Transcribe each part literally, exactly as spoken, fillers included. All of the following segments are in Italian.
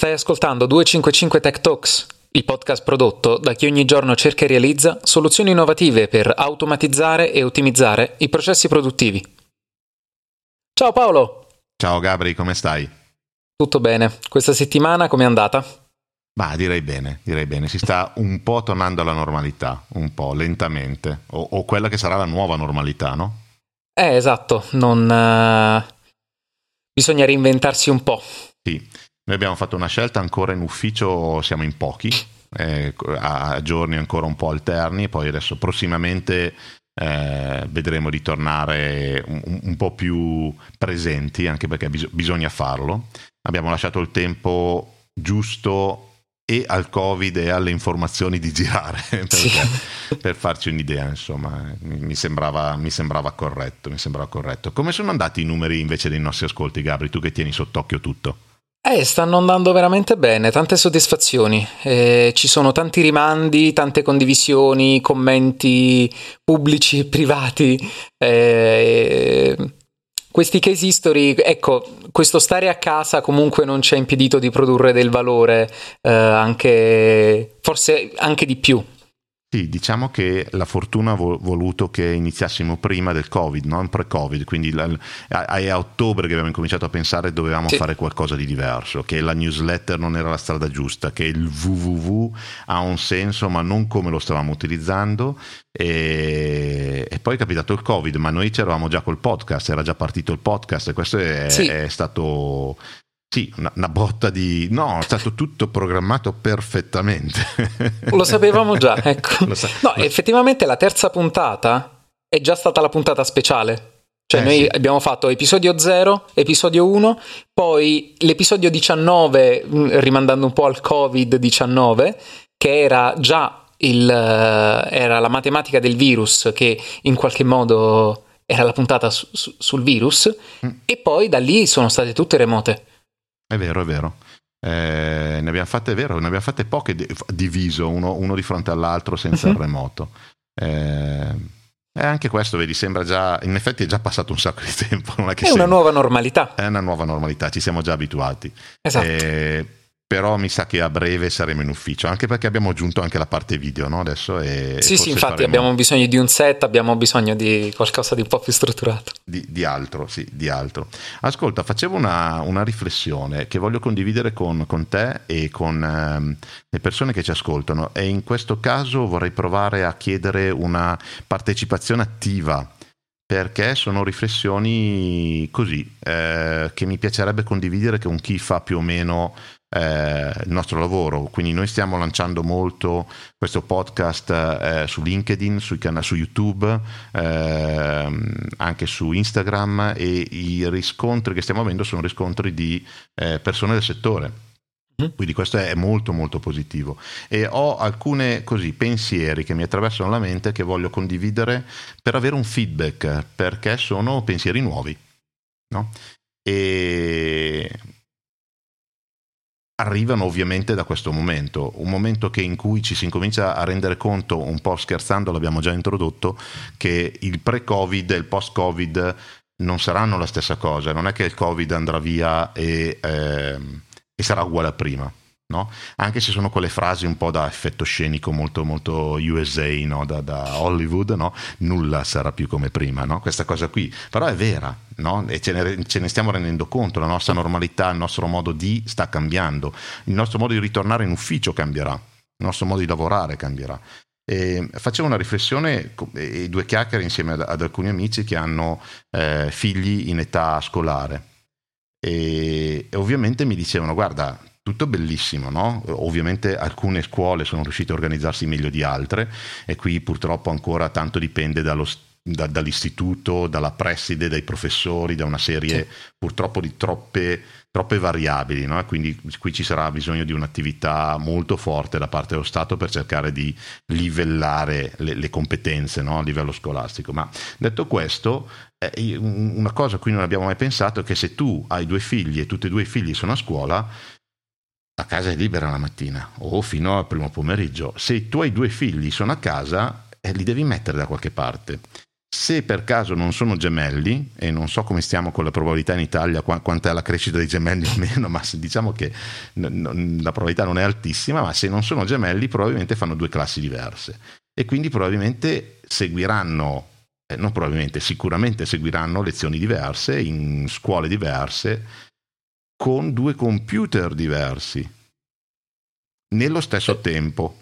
Stai ascoltando duecentocinquantacinque Tech Talks, il podcast prodotto da chi ogni giorno cerca e realizza soluzioni innovative per automatizzare e ottimizzare i processi produttivi. Ciao Paolo! Ciao Gabri, come stai? Tutto bene. Questa settimana com'è andata? Bah, direi bene, direi bene. Si sta un po' tornando alla normalità, un po' lentamente, o, o quella che sarà la nuova normalità, no? Eh, esatto, non... Uh... bisogna reinventarsi un po'. Sì, noi abbiamo fatto una scelta, ancora in ufficio siamo in pochi, eh, a giorni ancora un po' alterni, poi adesso prossimamente eh, vedremo di tornare un, un po' più presenti, anche perché bis- bisogna farlo. Abbiamo lasciato il tempo giusto e al Covid e alle informazioni di girare perché, sì. per farci un'idea, insomma, mi, mi sembrava mi sembrava corretto, mi sembrava corretto. Come sono andati i numeri invece dei nostri ascolti, Gabri, tu che tieni sott'occhio tutto? Eh, stanno andando veramente bene, tante soddisfazioni, eh, ci sono tanti rimandi, tante condivisioni, commenti pubblici e privati, eh, questi case history, ecco, questo stare a casa comunque non ci ha impedito di produrre del valore, eh, anche forse anche di più. Sì, diciamo che la fortuna ha voluto che iniziassimo prima del Covid, non pre-Covid, quindi la, è a ottobre che abbiamo incominciato a pensare che dovevamo sì. fare qualcosa di diverso, che la newsletter non era la strada giusta, che il www ha un senso ma non come lo stavamo utilizzando, e, e poi è capitato il Covid, ma noi c'eravamo già col podcast, era già partito il podcast e questo è, sì. è stato... Sì, una, una botta di... No, è stato tutto programmato perfettamente. Lo sapevamo già, ecco. Lo sa- no, lo... effettivamente la terza puntata è già stata la puntata speciale. Cioè eh, noi sì. abbiamo fatto episodio zero, episodio uno, poi l'episodio diciannove, rimandando un po' al covid diciannove, che era già il, era la matematica del virus, che in qualche modo era la puntata su, su, sul virus, mm. e poi da lì sono state tutte remote. È vero, è vero. Eh, ne abbiamo fatte, è vero, ne abbiamo fatte poche di, diviso, uno, uno di fronte all'altro senza uh-huh. il remoto. Eh, e anche questo, vedi, sembra già, in effetti è già passato un sacco di tempo. Non è che è sembra, una nuova normalità. È una nuova normalità, ci siamo già abituati. Esatto. Eh, però mi sa che a breve saremo in ufficio, anche perché abbiamo aggiunto anche la parte video, no? Adesso e sì sì, infatti faremo... abbiamo bisogno di un set, abbiamo bisogno di qualcosa di un po' più strutturato, di, di altro, sì, di altro. Ascolta, facevo una, una riflessione che voglio condividere con, con te e con ehm, le persone che ci ascoltano, e in questo caso vorrei provare a chiedere una partecipazione attiva, perché sono riflessioni così eh, che mi piacerebbe condividere con chi fa più o meno Eh, il nostro lavoro. Quindi noi stiamo lanciando molto questo podcast eh, su LinkedIn, sui can- su YouTube, eh, anche su Instagram, e i riscontri che stiamo avendo sono riscontri di eh, persone del settore. Quindi questo è molto molto positivo, e ho alcune così pensieri che mi attraversano la mente che voglio condividere per avere un feedback, perché sono pensieri nuovi, no? E arrivano ovviamente da questo momento, un momento che in cui ci si incomincia a rendere conto, un po' scherzando l'abbiamo già introdotto, che il pre-Covid e il post-Covid non saranno la stessa cosa. Non è che il Covid andrà via e, eh, e sarà uguale a prima, no? Anche se sono quelle frasi un po' da effetto scenico molto molto U S A, no? da, da Hollywood, no? Nulla sarà più come prima, no? Questa cosa qui però è vera, no? E ce ne, ce ne stiamo rendendo conto. La nostra normalità, il nostro modo di sta cambiando, il nostro modo di ritornare in ufficio cambierà, il nostro modo di lavorare cambierà. E facevo una riflessione e due chiacchiere insieme ad, ad alcuni amici che hanno eh, figli in età scolare, e, e ovviamente mi dicevano: guarda, tutto bellissimo, no? Ovviamente alcune scuole sono riuscite a organizzarsi meglio di altre, e qui purtroppo ancora tanto dipende dallo, da, dall'istituto, dalla preside, dai professori, da una serie sì. purtroppo di troppe, troppe variabili, no? Quindi qui ci sarà bisogno di un'attività molto forte da parte dello Stato per cercare di livellare le, le competenze, no? A livello scolastico. Ma detto questo, eh, una cosa a cui non abbiamo mai pensato è che se tu hai due figli e tutti e due i figli sono a scuola, la casa è libera la mattina o fino al primo pomeriggio. Se i tuoi due figli sono a casa, eh, li devi mettere da qualche parte. Se per caso non sono gemelli, e non so come stiamo con la probabilità in Italia, qu- quanta è la crescita dei gemelli o meno, ma se diciamo che n- n- la probabilità non è altissima, ma se non sono gemelli probabilmente fanno due classi diverse e quindi probabilmente seguiranno, eh, non probabilmente, sicuramente seguiranno lezioni diverse in scuole diverse con due computer diversi nello stesso Eh. tempo.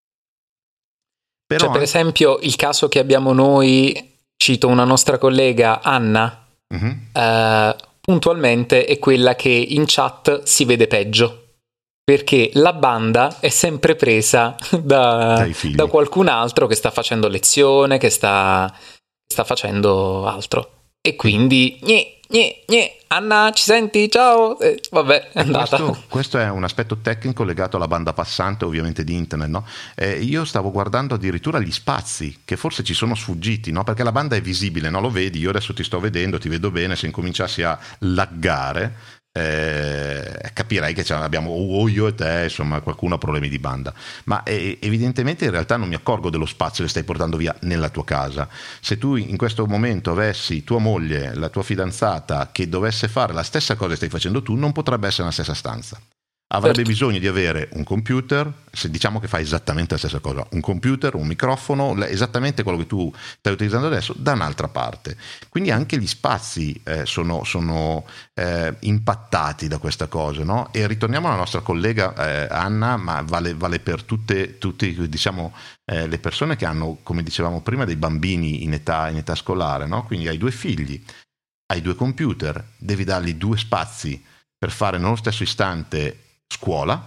Però Cioè, per anche... esempio, il caso che abbiamo noi, cito una nostra collega, Anna, uh-huh. eh, puntualmente è quella che in chat si vede peggio, perché la banda è sempre presa da, da qualcun altro che sta facendo lezione, che sta, sta facendo altro. E quindi, gne, gne, gne, Anna, ci senti? Ciao! Eh, vabbè, è andata. Questo, questo è un aspetto tecnico legato alla banda passante, ovviamente, di internet, no? Eh, io stavo guardando addirittura gli spazi che forse ci sono sfuggiti, no? Perché la banda è visibile, no? Lo vedi, io adesso ti sto vedendo, ti vedo bene, se incominciassi a laggare eh, capirai che abbiamo o io e te, insomma, qualcuno ha problemi di banda, ma eh, evidentemente in realtà non mi accorgo dello spazio che stai portando via nella tua casa. Se tu in questo momento avessi tua moglie, la tua fidanzata, che dovesse fare la stessa cosa che stai facendo tu, non potrebbe essere nella stessa stanza. Avrebbe certo. bisogno di avere un computer, se diciamo che fa esattamente la stessa cosa, un computer, un microfono, esattamente quello che tu stai utilizzando adesso, da un'altra parte. Quindi anche gli spazi eh, sono, sono eh, impattati da questa cosa, no? E ritorniamo alla nostra collega eh, Anna, ma vale, vale per tutte, tutte diciamo, eh, le persone che hanno, come dicevamo prima, dei bambini in età, in età scolare, no? Quindi hai due figli, hai due computer, devi dargli due spazi per fare nello stesso istante scuola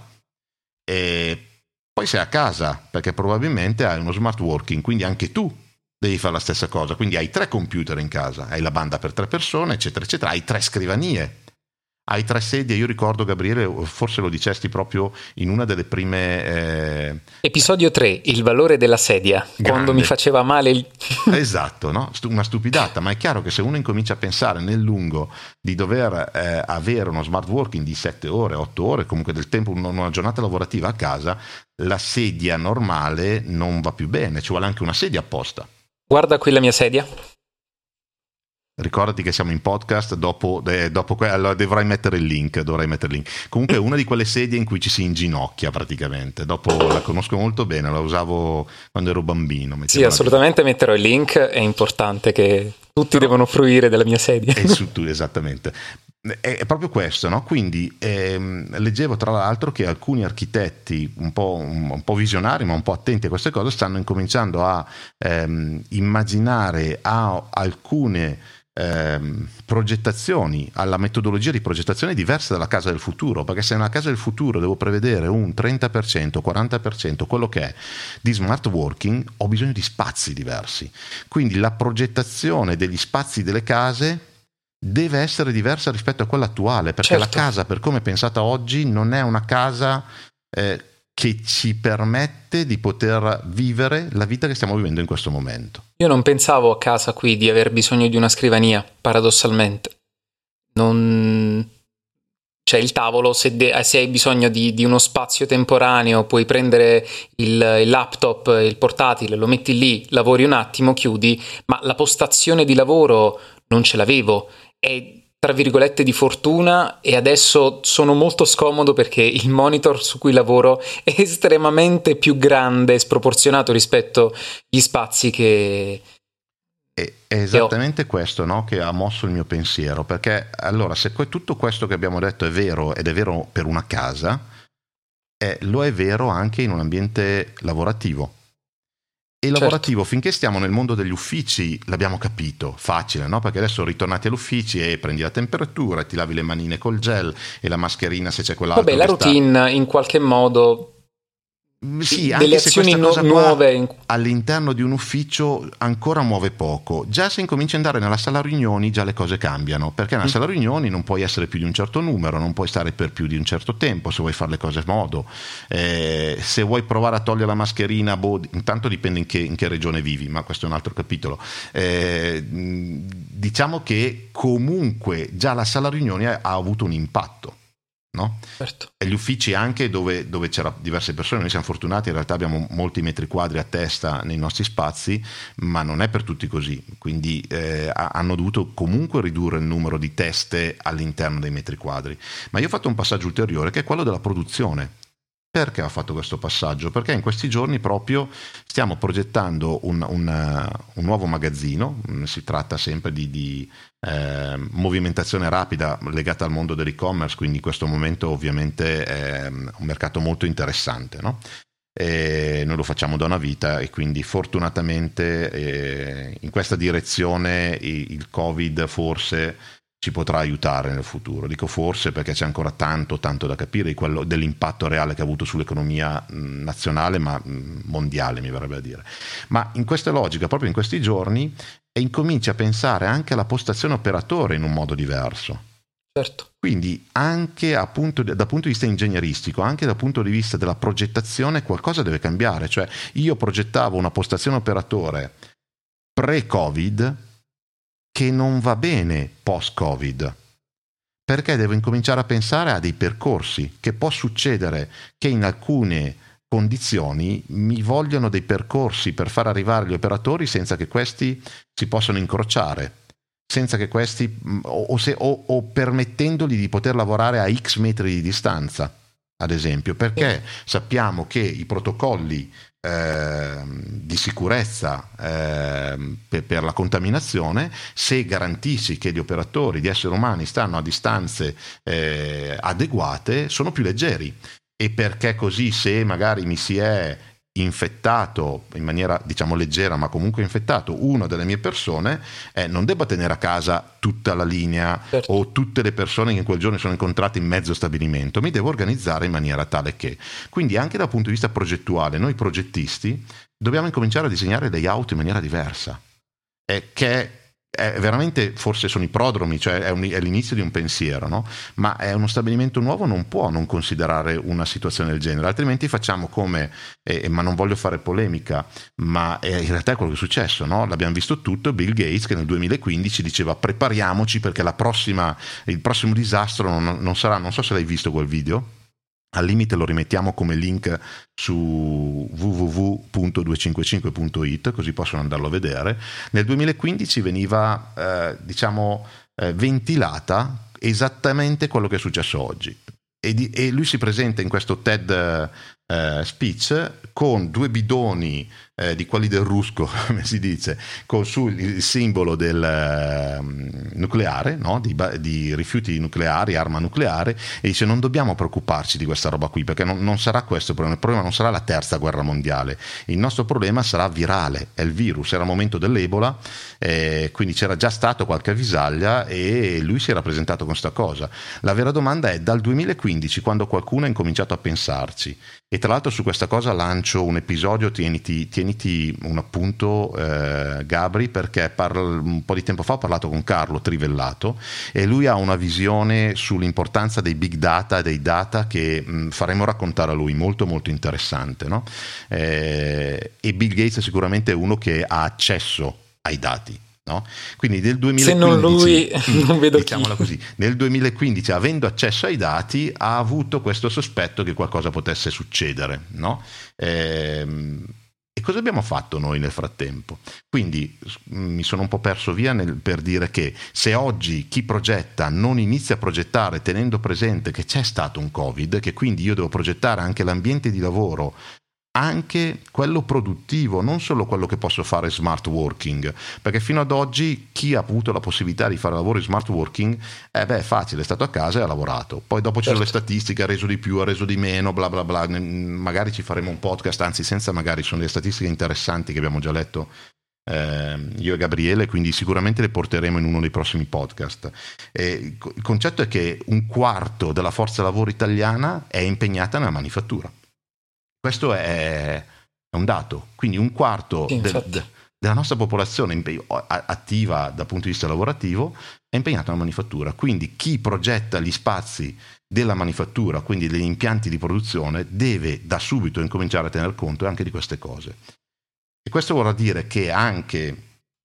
e poi sei a casa perché probabilmente hai uno smart working, quindi anche tu devi fare la stessa cosa, quindi hai tre computer in casa, hai la banda per tre persone, eccetera eccetera, hai tre scrivanie, hai tre sedie. Io ricordo, Gabriele, forse lo dicesti proprio in una delle prime eh... episodio tre, il valore della sedia. Grande. Quando mi faceva male il... esatto, no? Una stupidata, ma è chiaro che se uno incomincia a pensare nel lungo di dover eh, avere uno smart working di sette ore, otto ore, comunque del tempo, una giornata lavorativa a casa, la sedia normale non va più bene, ci vuole anche una sedia apposta. Guarda qui la mia sedia. Ricordati che siamo in podcast, dopo, eh, dopo allora dovrai mettere il link, dovrai mettere il link. Comunque è una di quelle sedie in cui ci si inginocchia praticamente, dopo la conosco molto bene, la usavo quando ero bambino. Sì, assolutamente via. Metterò il link, è importante che tutti Però, devono fruire della mia sedia. È su, esattamente. È, è proprio questo, no? Quindi ehm, leggevo tra l'altro che alcuni architetti un po', un, un po' visionari ma un po' attenti a queste cose stanno incominciando a ehm, immaginare a alcune Ehm, progettazioni, alla metodologia di progettazione diversa dalla casa del futuro, perché se nella casa del futuro devo prevedere un trenta per cento, quaranta per cento, quello che è di smart working, ho bisogno di spazi diversi, quindi la progettazione degli spazi delle case deve essere diversa rispetto a quella attuale, perché certo. La casa, per come è pensata oggi, non è una casa eh, che ci permette di poter vivere la vita che stiamo vivendo in questo momento. Io non pensavo a casa qui di aver bisogno di una scrivania, paradossalmente. Non... C'è il tavolo, se, de- se hai bisogno di, di uno spazio temporaneo puoi prendere il, il laptop, il portatile, lo metti lì, lavori un attimo, chiudi, ma la postazione di lavoro non ce l'avevo. È tra virgolette di fortuna e adesso sono molto scomodo perché il monitor su cui lavoro è estremamente più grande, sproporzionato rispetto agli spazi che... È esattamente questo, no, che ha mosso il mio pensiero, perché allora se tutto questo che abbiamo detto è vero ed è vero per una casa, eh, lo è vero anche in un ambiente lavorativo. E lavorativo, certo. Finché stiamo nel mondo degli uffici l'abbiamo capito, facile, no? Perché adesso ritornati all'ufficio e prendi la temperatura, ti lavi le manine col gel e la mascherina se c'è quell'altro. Vabbè, la routine sta... in qualche modo... Sì, delle anche se azioni questa cosa nu- nuove in... all'interno di un ufficio ancora muove poco. Già se incominci ad andare nella sala riunioni già le cose cambiano, perché nella mm. sala riunioni non puoi essere più di un certo numero, non puoi stare per più di un certo tempo se vuoi fare le cose a modo, eh, se vuoi provare a togliere la mascherina, boh, intanto dipende in che, in che regione vivi, ma questo è un altro capitolo. Eh, diciamo che comunque già la sala riunioni ha, ha avuto un impatto. no? Certo. E gli uffici anche dove, dove c'era diverse persone, noi siamo fortunati, in realtà abbiamo molti metri quadri a testa nei nostri spazi, ma non è per tutti così, quindi eh, hanno dovuto comunque ridurre il numero di teste all'interno dei metri quadri. Ma io ho fatto un passaggio ulteriore, che è quello della produzione. Perché ho fatto questo passaggio? Perché in questi giorni proprio stiamo progettando un, un, un nuovo magazzino, si tratta sempre di, di eh, movimentazione rapida legata al mondo dell'e-commerce, quindi in questo momento ovviamente è un mercato molto interessante, no? E noi lo facciamo da una vita e quindi fortunatamente eh, in questa direzione il Covid forse ci potrà aiutare nel futuro. Dico forse perché c'è ancora tanto tanto da capire di quello, dell'impatto reale che ha avuto sull'economia mh, nazionale ma mh, mondiale, mi verrebbe a dire. Ma in questa logica, proprio in questi giorni, e incominci a pensare anche alla postazione operatore in un modo diverso. Certo. Quindi anche appunto, dal punto di vista ingegneristico, anche dal punto di vista della progettazione, qualcosa deve cambiare. Cioè io progettavo una postazione operatore pre-Covid che non va bene post-Covid, perché devo incominciare a pensare a dei percorsi, che può succedere che in alcune condizioni mi vogliono dei percorsi per far arrivare gli operatori senza che questi si possano incrociare, senza che questi o, o, se, o, o permettendogli di poter lavorare a X metri di distanza, ad esempio, perché sappiamo che i protocolli eh, di sicurezza eh, per, per la contaminazione, se garantisci che gli operatori, gli esseri umani stanno a distanze eh, adeguate, sono più leggeri, e perché così se magari mi si è infettato in maniera diciamo leggera ma comunque infettato una delle mie persone, eh, non debba tenere a casa tutta la linea, certo, o tutte le persone che in quel giorno sono incontrate in mezzo stabilimento, mi devo organizzare in maniera tale che, quindi anche dal punto di vista progettuale noi progettisti dobbiamo incominciare a disegnare layout in maniera diversa, eh, che è veramente, forse sono i prodromi, cioè è, un, è l'inizio di un pensiero, no? Ma è uno stabilimento nuovo, non può non considerare una situazione del genere, altrimenti facciamo come, eh, ma non voglio fare polemica, ma eh, in realtà è quello che è successo, no? L'abbiamo visto tutto, Bill Gates che nel duemilaquindici diceva prepariamoci perché la prossima, il prossimo disastro non, non sarà, non so se l'hai visto quel video. Al limite lo rimettiamo come link su w w w punto duecentocinquantacinque punto it, così possono andarlo a vedere. Nel duemilaquindici veniva eh, diciamo eh, ventilata esattamente quello che è successo oggi, e, di, e lui si presenta in questo TED eh, speech con due bidoni eh, di quelli del rusco, come si dice, con su il simbolo del eh, nucleare, no? di, di rifiuti nucleari, arma nucleare, e dice non dobbiamo preoccuparci di questa roba qui perché non, non sarà questo il problema, il problema non sarà la terza guerra mondiale, il nostro problema sarà virale, è il virus, era il momento dell'Ebola, eh, quindi c'era già stato qualche avvisaglia e lui si era presentato con questa cosa. La vera domanda è dal duemilaquindici, quando qualcuno ha incominciato a pensarci, e tra l'altro su questa cosa lancio un episodio, tieniti, tieniti un appunto eh, Gabri, perché parla, un po' di tempo fa ho parlato con Carlo Trivellato e lui ha una visione sull'importanza dei big data e dei data che mh, faremo raccontare a lui, molto molto interessante, no? eh, e Bill Gates è sicuramente uno che ha accesso ai dati. No? Quindi nel duemilaquindici, se non lui non vedo diciamola così, nel duemilaquindici, avendo accesso ai dati, ha avuto questo sospetto che qualcosa potesse succedere, no? Ehm, e cosa abbiamo fatto noi nel frattempo? Quindi mi sono un po' perso via nel, per dire che se oggi chi progetta non inizia a progettare tenendo presente che c'è stato un Covid, che quindi io devo progettare anche l'ambiente di lavoro, anche quello produttivo, non solo quello che posso fare smart working, perché fino ad oggi chi ha avuto la possibilità di fare lavoro in smart working, eh beh, è facile, è stato a casa e ha lavorato, poi dopo ci certo. sono le statistiche, ha reso di più, ha reso di meno, bla bla bla, magari ci faremo un podcast, anzi senza magari, sono delle statistiche interessanti che abbiamo già letto eh, io e Gabriele, quindi sicuramente le porteremo in uno dei prossimi podcast. Eh, il concetto è che un quarto della forza lavoro italiana è impegnata nella manifattura. Questo è un dato, quindi un quarto sì, del, de, della nostra popolazione attiva dal punto di vista lavorativo è impegnata nella manifattura, quindi chi progetta gli spazi della manifattura, quindi degli impianti di produzione, deve da subito incominciare a tener conto anche di queste cose. E questo vorrà dire che anche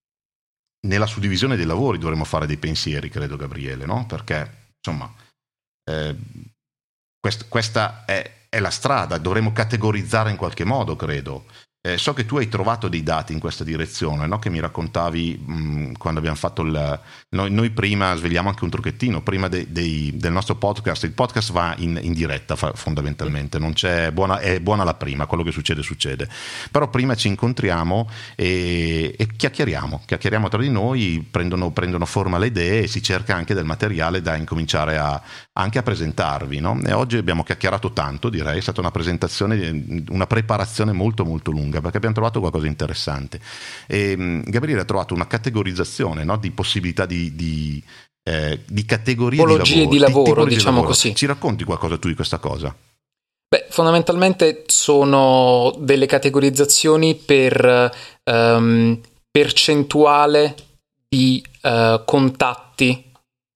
nella suddivisione dei lavori dovremo fare dei pensieri, credo Gabriele, no? Perché insomma... Eh, quest, questa è, è la strada, dovremo categorizzare in qualche modo, credo. Eh, so che tu hai trovato dei dati in questa direzione, no? Che mi raccontavi mh, quando abbiamo fatto il... Noi, noi prima svegliamo anche un trucchettino, prima de, de, del nostro podcast, il podcast va in, in diretta fa, fondamentalmente, non c'è buona, è buona la prima, quello che succede succede, però prima ci incontriamo e, e chiacchieriamo, chiacchieriamo tra di noi, prendono, prendono forma le idee e si cerca anche del materiale da incominciare a, anche a presentarvi, no? E oggi abbiamo chiacchierato tanto, direi, è stata una presentazione, una preparazione molto molto lunga, perché abbiamo trovato qualcosa di interessante. E Gabriele ha trovato una categorizzazione, no, di possibilità di, di, eh, di categorie tipologie di lavoro, di lavoro, di diciamo lavoro. così. Ci racconti qualcosa tu di questa cosa? Beh, fondamentalmente sono delle categorizzazioni per um, percentuale di uh, contatti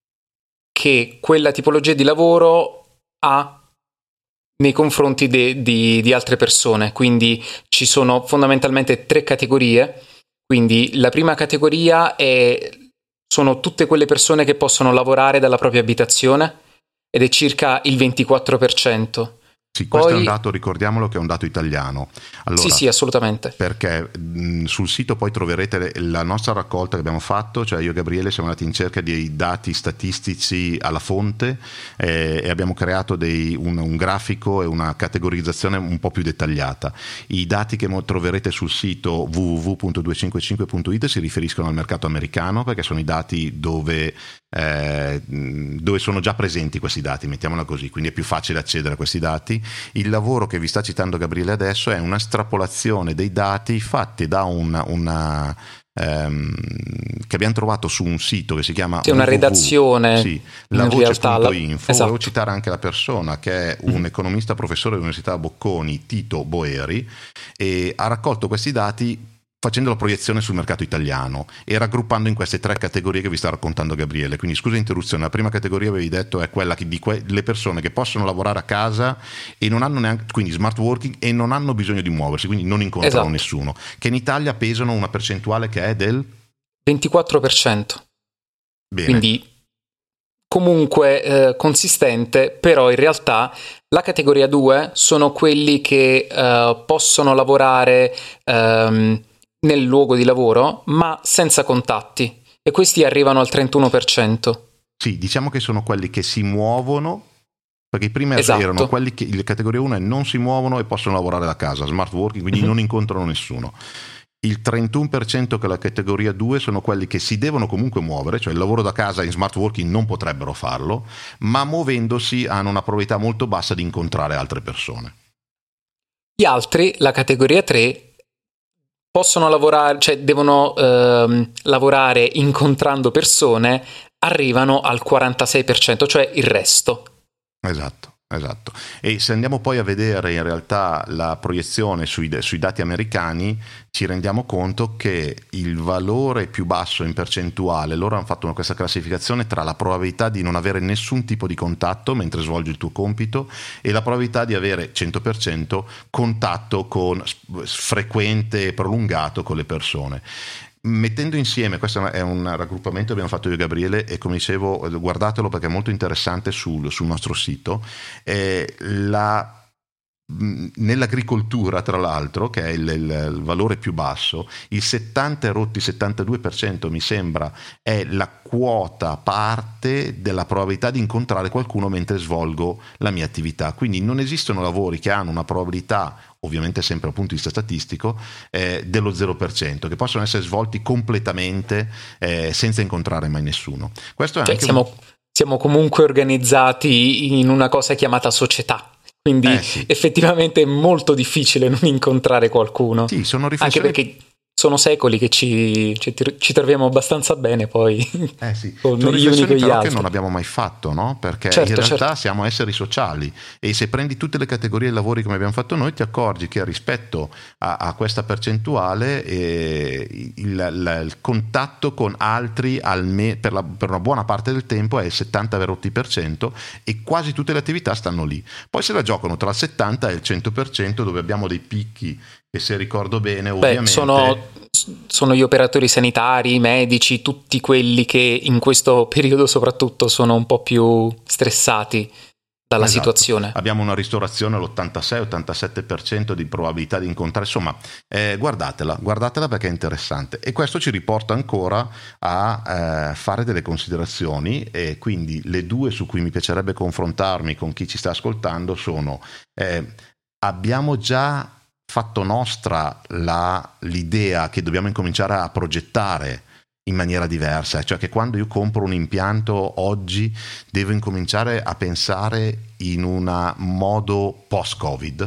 che quella tipologia di lavoro ha nei confronti de, di, di altre persone. Quindi ci sono fondamentalmente tre categorie. Quindi la prima categoria è, sono tutte quelle persone che possono lavorare dalla propria abitazione ed è circa il ventiquattro per cento. Sì, questo poi, è un dato, ricordiamolo che è un dato italiano. Allora, sì, sì, assolutamente. Perché mh, sul sito poi troverete la nostra raccolta che abbiamo fatto, cioè io e Gabriele siamo andati in cerca di dati statistici alla fonte eh, e abbiamo creato dei, un, un grafico e una categorizzazione un po' più dettagliata. I dati che troverete sul sito w w w punto duecentocinquantacinque punto i t si riferiscono al mercato americano, perché sono i dati dove, eh, dove sono già presenti questi dati, mettiamola così, quindi è più facile accedere a questi dati. Il lavoro che vi sta citando Gabriele adesso è una estrapolazione dei dati fatti da una, una ehm, che abbiamo trovato su un sito che si chiama sì, una redazione, sì, la voce punto info. Esatto. Volevo citare anche la persona che è un economista professore dell'Università Bocconi, Tito Boeri, e ha raccolto questi dati facendo la proiezione sul mercato italiano e raggruppando in queste tre categorie che vi sta raccontando Gabriele. Quindi scusa l'interruzione, la prima categoria avevi detto è quella che di que- le persone che possono lavorare a casa e non hanno neanche, quindi smart working, e non hanno bisogno di muoversi, quindi non incontrano esatto. nessuno, che in Italia pesano una percentuale che è del ventiquattro per cento. Bene. Quindi comunque eh, consistente, però in realtà la categoria due sono quelli che eh, possono lavorare ehm, nel luogo di lavoro ma senza contatti, e questi arrivano al trentuno per cento. Sì, diciamo che sono quelli che si muovono, perché prima esatto. erano quelli che, la categoria uno è non si muovono e possono lavorare da casa, smart working, quindi mm-hmm. non incontrano nessuno. Il trentuno per cento che è la categoria due sono quelli che si devono comunque muovere, cioè il lavoro da casa in smart working non potrebbero farlo, ma muovendosi hanno una probabilità molto bassa di incontrare altre persone. Gli altri, la categoria tre, possono lavorare, cioè devono ehm, lavorare incontrando persone, arrivano al quarantasei per cento, cioè il resto. Esatto. Esatto, e se andiamo poi a vedere in realtà la proiezione sui, sui dati americani, ci rendiamo conto che il valore più basso in percentuale, loro hanno fatto una, questa classificazione tra la probabilità di non avere nessun tipo di contatto mentre svolgi il tuo compito e la probabilità di avere cento per cento contatto con, frequente e prolungato con le persone. Mettendo insieme, questo è un raggruppamento che abbiamo fatto io e Gabriele, e come dicevo guardatelo perché è molto interessante sul, sul nostro sito, eh, la nell'agricoltura tra l'altro, che è il, il, il valore più basso, il settanta e rotti settantadue per cento mi sembra è la quota parte della probabilità di incontrare qualcuno mentre svolgo la mia attività. Quindi non esistono lavori che hanno una probabilità, ovviamente sempre dal punto di vista statistico, eh, dello zero per cento, che possono essere svolti completamente eh, senza incontrare mai nessuno. Questo è cioè, anche siamo, un... siamo comunque organizzati in una cosa chiamata società. Quindi eh sì. effettivamente è molto difficile non incontrare qualcuno. Sì, sono riflessioni... Anche perché sono secoli che ci, ci, ci troviamo abbastanza bene poi eh sì. con sono gli uni con gli però altri. Che non abbiamo mai fatto, no? Perché certo, in realtà certo. siamo esseri sociali, e se prendi tutte le categorie di lavori come abbiamo fatto noi ti accorgi che rispetto a, a questa percentuale eh, il, il, il contatto con altri alme, per, la, per una buona parte del tempo è il settanta per cento, e quasi tutte le attività stanno lì. Poi se la giocano tra il settanta e il cento per cento, dove abbiamo dei picchi che, se ricordo bene, ovviamente... Beh, sono, sono gli operatori sanitari, i medici, tutti quelli che in questo periodo soprattutto sono un po' più stressati. dalla esatto. situazione. Abbiamo una ristorazione all'ottantasei ottantasette per cento di probabilità di incontrare, insomma, eh, guardatela, guardatela perché è interessante, e questo ci riporta ancora a eh, fare delle considerazioni, e quindi le due su cui mi piacerebbe confrontarmi con chi ci sta ascoltando sono eh, abbiamo già fatto nostra la, l'idea che dobbiamo incominciare a progettare in maniera diversa, cioè che quando io compro un impianto oggi devo incominciare a pensare in un modo post-Covid?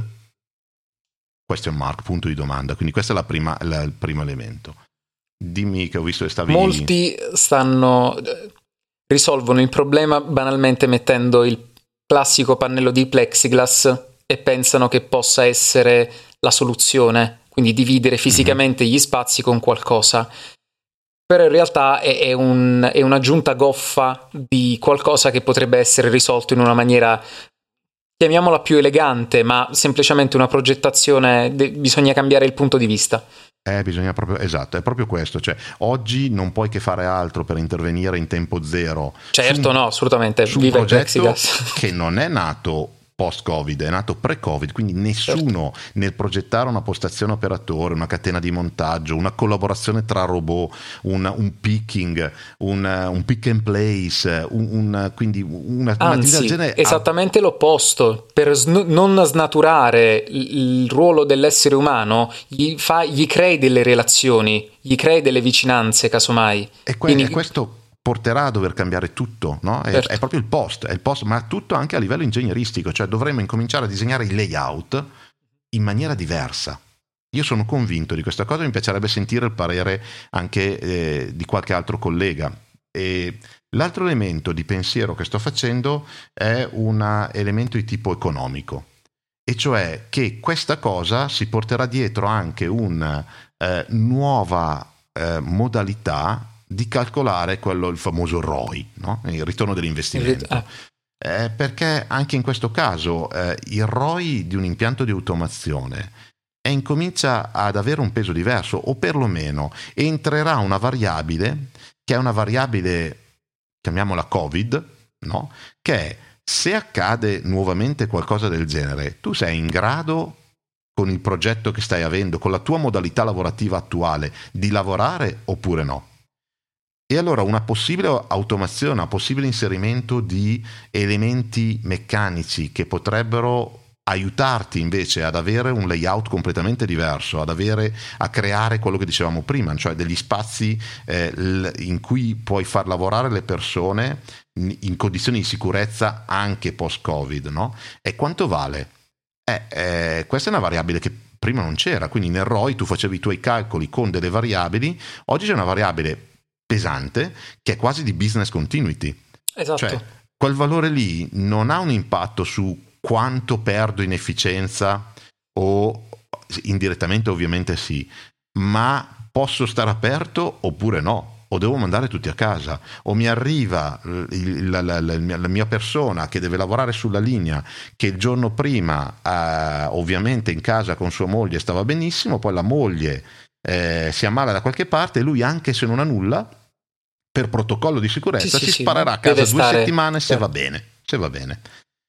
Question mark, punto di domanda. Quindi questo è la prima, la, il primo elemento. Dimmi, che ho visto che stavi... Molti stanno risolvono il problema banalmente mettendo il classico pannello di plexiglass e pensano che possa essere la soluzione, quindi dividere fisicamente mm-hmm. gli spazi con qualcosa. Però in realtà è, è, un, è un'aggiunta goffa di qualcosa che potrebbe essere risolto in una maniera, chiamiamola più elegante, ma semplicemente una progettazione, de- bisogna cambiare il punto di vista. Eh, bisogna proprio, esatto, è proprio questo, cioè oggi non puoi che fare altro per intervenire in tempo zero. Certo, su, no, assolutamente, su vive un progetto Plexiglass. Che non è nato post-Covid, è nato pre-Covid, quindi nessuno certo. nel progettare una postazione operatore, una catena di montaggio, una collaborazione tra robot, un, un picking, un, un pick and place, un, un, quindi una, Anzi, del genere. Esattamente ha... l'opposto, per sn- non snaturare il, il ruolo dell'essere umano, gli, fa, gli crei delle relazioni, gli crei delle vicinanze, casomai. E, que- quindi... e questo porterà a dover cambiare tutto, no? È, certo. è proprio il post, è il post, ma tutto anche a livello ingegneristico, cioè dovremmo incominciare a disegnare i layout in maniera diversa. Io sono convinto di questa cosa, mi piacerebbe sentire il parere anche eh, di qualche altro collega. E l'altro elemento di pensiero che sto facendo è un elemento di tipo economico, e cioè che questa cosa si porterà dietro anche una eh, nuova eh, modalità di calcolare quello, il famoso R O I, no? Il ritorno dell'investimento. Ah. Eh, perché anche in questo caso eh, il R O I di un impianto di automazione è, incomincia ad avere un peso diverso, o perlomeno entrerà una variabile che è una variabile, chiamiamola Covid, no? Che è, se accade nuovamente qualcosa del genere, tu sei in grado, con il progetto che stai avendo, con la tua modalità lavorativa attuale, di lavorare oppure no? E allora una possibile automazione, un possibile inserimento di elementi meccanici che potrebbero aiutarti invece ad avere un layout completamente diverso, ad avere, a creare quello che dicevamo prima, cioè degli spazi eh, in cui puoi far lavorare le persone in condizioni di sicurezza anche post-Covid, no? E quanto vale? Eh, eh, questa è una variabile che prima non c'era, quindi nel R O I tu facevi i tuoi calcoli con delle variabili, oggi c'è una variabile pesante che è quasi di business continuity. Esatto. Cioè, quel valore lì non ha un impatto su quanto perdo in efficienza, o indirettamente ovviamente sì, ma posso stare aperto oppure no, o devo mandare tutti a casa, o mi arriva la, la, la, la mia persona che deve lavorare sulla linea, che il giorno prima eh, ovviamente in casa con sua moglie stava benissimo, poi la moglie Eh, si ammala da qualche parte e lui, anche se non ha nulla, per protocollo di sicurezza, sì, si sì, sparerà sì, a casa due stare, settimane se certo. va bene, se va bene.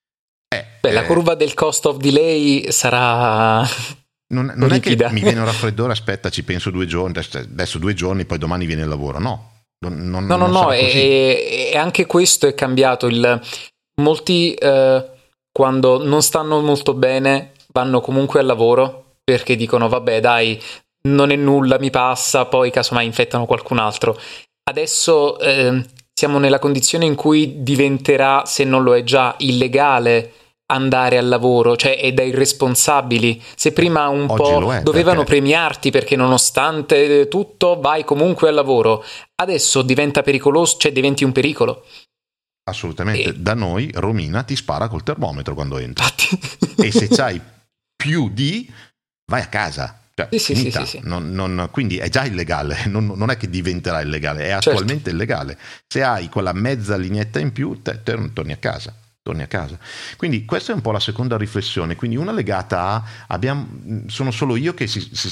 Eh, Beh, eh, la curva del cost of delay sarà non, non è che mi viene un raffreddore, aspetta, ci penso due giorni, adesso due giorni, poi domani viene il lavoro. No, non, non, no, no, non no, sarà e, così. e anche questo è cambiato. Il, molti eh, quando non stanno molto bene vanno comunque al lavoro perché dicono vabbè dai, non è nulla, mi passa, poi casomai infettano qualcun altro. Adesso eh, siamo nella condizione in cui diventerà, se non lo è già, illegale andare al lavoro, cioè è da irresponsabili. Se prima un Oggi po' è, dovevano perché... premiarti perché nonostante tutto vai comunque al lavoro, adesso diventa pericoloso, cioè diventi un pericolo. Assolutamente, e... da noi Romina ti spara col termometro quando entri. Infatti. E se c'hai più di, vai a casa. Cioè, sì, sì, sì, sì. Non, non, quindi è già illegale, non, non è che diventerà illegale, è attualmente certo. illegale. Se hai quella mezza lineetta in più, te, te torni a casa. torni a casa. Quindi questa è un po' la seconda riflessione, quindi una legata a abbiamo, sono solo io che si, si,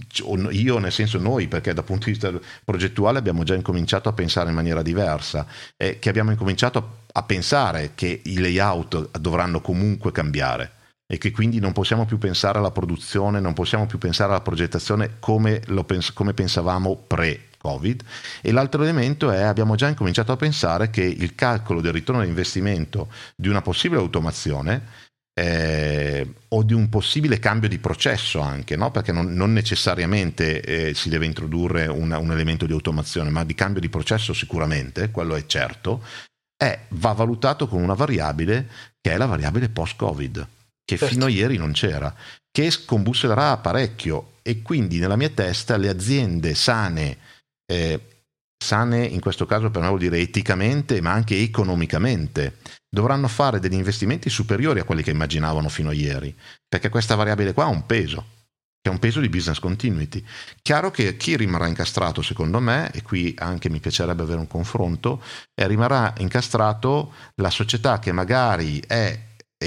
io nel senso noi, perché dal punto di vista progettuale abbiamo già incominciato a pensare in maniera diversa, eh, che abbiamo incominciato a, a pensare che i layout dovranno comunque cambiare e che quindi non possiamo più pensare alla produzione, non possiamo più pensare alla progettazione come, lo pens- come pensavamo pre-Covid. E l'altro elemento è, abbiamo già incominciato a pensare che il calcolo del ritorno all'investimento di una possibile automazione eh, o di un possibile cambio di processo anche, no? Perché non, non necessariamente eh, si deve introdurre una, un elemento di automazione, ma di cambio di processo sicuramente, quello è certo, è, va valutato con una variabile che è la variabile post-Covid, che certo. fino a ieri non c'era, che scombussolerà parecchio, e quindi nella mia testa le aziende sane, eh, sane in questo caso per me vuol dire eticamente ma anche economicamente, dovranno fare degli investimenti superiori a quelli che immaginavano fino a ieri, perché questa variabile qua ha un peso, che è un peso di business continuity. Chiaro che chi rimarrà incastrato, secondo me, e qui anche mi piacerebbe avere un confronto, è rimarrà incastrato la società che magari è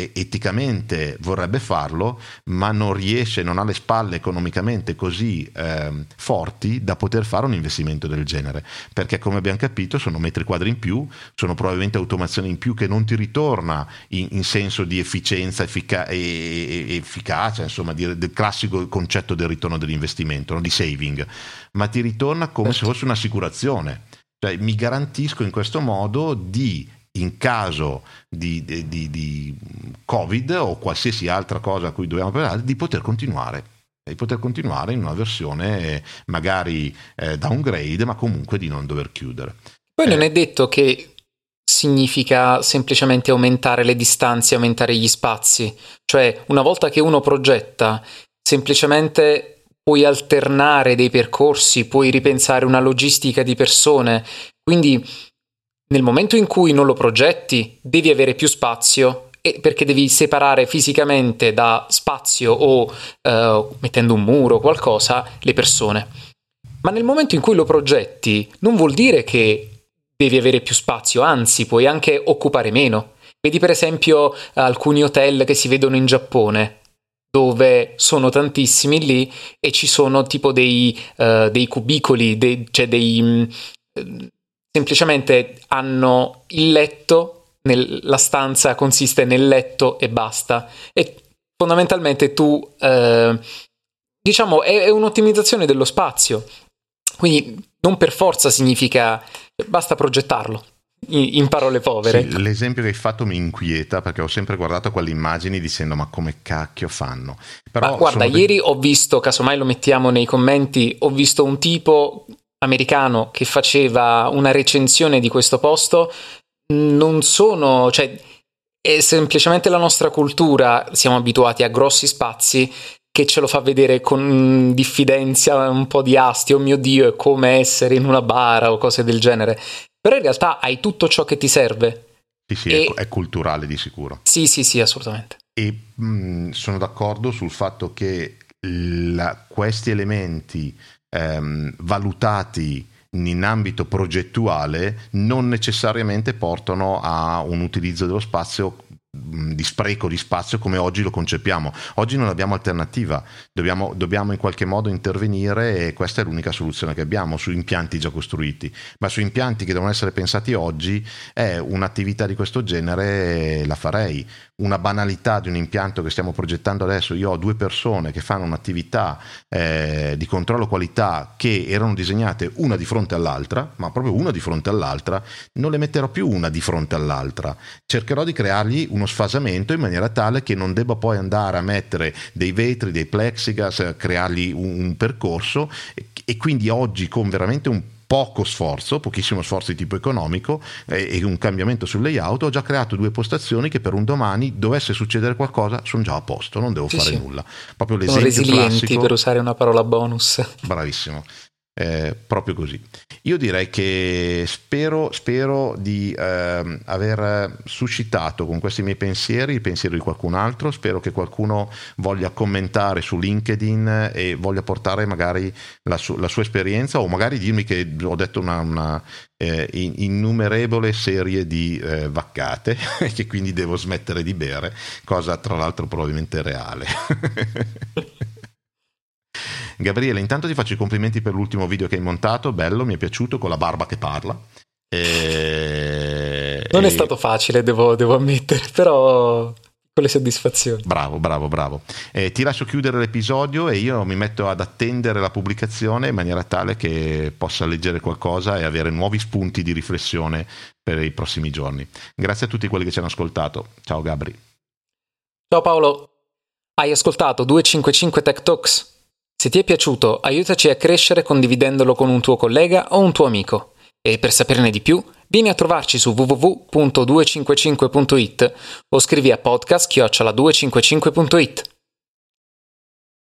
eticamente vorrebbe farlo, ma non riesce, non ha le spalle economicamente così eh, forti da poter fare un investimento del genere, perché come abbiamo capito sono metri quadri in più, sono probabilmente automazioni in più che non ti ritorna in, in senso di efficienza effica- e, e, efficacia, insomma, di, del classico concetto del ritorno dell'investimento, no? Di saving, ma ti ritorna come se fosse un'assicurazione, cioè mi garantisco in questo modo di, in caso di, di, di, di Covid o qualsiasi altra cosa a cui dobbiamo parlare, di poter continuare di poter continuare in una versione magari eh, downgrade, ma comunque di non dover chiudere. Poi eh, non è detto che significa semplicemente aumentare le distanze, aumentare gli spazi, cioè una volta che uno progetta semplicemente puoi alternare dei percorsi, puoi ripensare una logistica di persone, quindi nel momento in cui non lo progetti, devi avere più spazio, e perché devi separare fisicamente da spazio o eh, mettendo un muro o qualcosa le persone. Ma nel momento in cui lo progetti, non vuol dire che devi avere più spazio, anzi, puoi anche occupare meno. Vedi per esempio alcuni hotel che si vedono in Giappone, dove sono tantissimi lì e ci sono tipo dei, uh, dei cubicoli, dei, cioè dei... Uh, semplicemente hanno il letto, nel, la stanza consiste nel letto e basta, e fondamentalmente tu eh, diciamo è, è un'ottimizzazione dello spazio, quindi non per forza significa, basta progettarlo in, in parole povere. Sì, l'esempio che hai fatto mi inquieta, perché ho sempre guardato quelle immagini dicendo ma come cacchio fanno. Però ma guarda, sono... ieri ho visto, casomai lo mettiamo nei commenti, ho visto un tipo americano che faceva una recensione di questo posto. Non sono, cioè è semplicemente la nostra cultura, siamo abituati a grossi spazi, che ce lo fa vedere con diffidenza, un po' di astio, oh mio Dio, è come essere in una bara o cose del genere, però in realtà hai tutto ciò che ti serve. Sì, sì, e... è culturale di sicuro. Sì, sì, sì, assolutamente. E mh, sono d'accordo sul fatto che la, questi elementi Ehm, valutati in ambito progettuale non necessariamente portano a un utilizzo dello spazio di spreco di spazio come oggi lo concepiamo. Oggi non abbiamo alternativa, dobbiamo, dobbiamo in qualche modo intervenire, e questa è l'unica soluzione che abbiamo su impianti già costruiti, ma su impianti che devono essere pensati oggi è un'attività di questo genere la farei. Una banalità di un impianto che stiamo progettando adesso, io ho due persone che fanno un'attività eh, di controllo qualità che erano disegnate una di fronte all'altra, ma proprio una di fronte all'altra, non le metterò più una di fronte all'altra, cercherò di creargli uno sfasamento in maniera tale che non debba poi andare a mettere dei vetri, dei plexigas, creargli un, un percorso, e, e quindi oggi con veramente un poco sforzo, pochissimo sforzo di tipo economico e, e un cambiamento sul layout, ho già creato due postazioni che per un domani dovesse succedere qualcosa sono già a posto, non devo sì, fare sì. nulla. Proprio l'esempio sono resilienti, classico, per usare una parola bonus. Bravissimo. Eh, proprio così. Io direi che spero, spero di eh, aver suscitato con questi miei pensieri il pensiero di qualcun altro. Spero che qualcuno voglia commentare su LinkedIn e voglia portare magari la, su, la sua esperienza, o magari dirmi che ho detto una, una eh, innumerevole serie di eh, vaccate e che quindi devo smettere di bere, cosa tra l'altro probabilmente reale. Gabriele, intanto ti faccio i complimenti per l'ultimo video che hai montato, bello, mi è piaciuto, con la barba che parla, e, Non e... è stato facile, devo, devo ammettere, però con le soddisfazioni. Bravo, bravo, bravo. Eh, ti lascio chiudere l'episodio e io mi metto ad attendere la pubblicazione in maniera tale che possa leggere qualcosa e avere nuovi spunti di riflessione per i prossimi giorni. Grazie a tutti quelli che ci hanno ascoltato. Ciao Gabri. Ciao Paolo. Hai ascoltato duecentocinquantacinque Tech Talks? Se ti è piaciuto, aiutaci a crescere condividendolo con un tuo collega o un tuo amico. E per saperne di più, vieni a trovarci su w w w punto duecentocinquantacinque punto it o scrivi a podcast chiocciola duecentocinquantacinque punto it.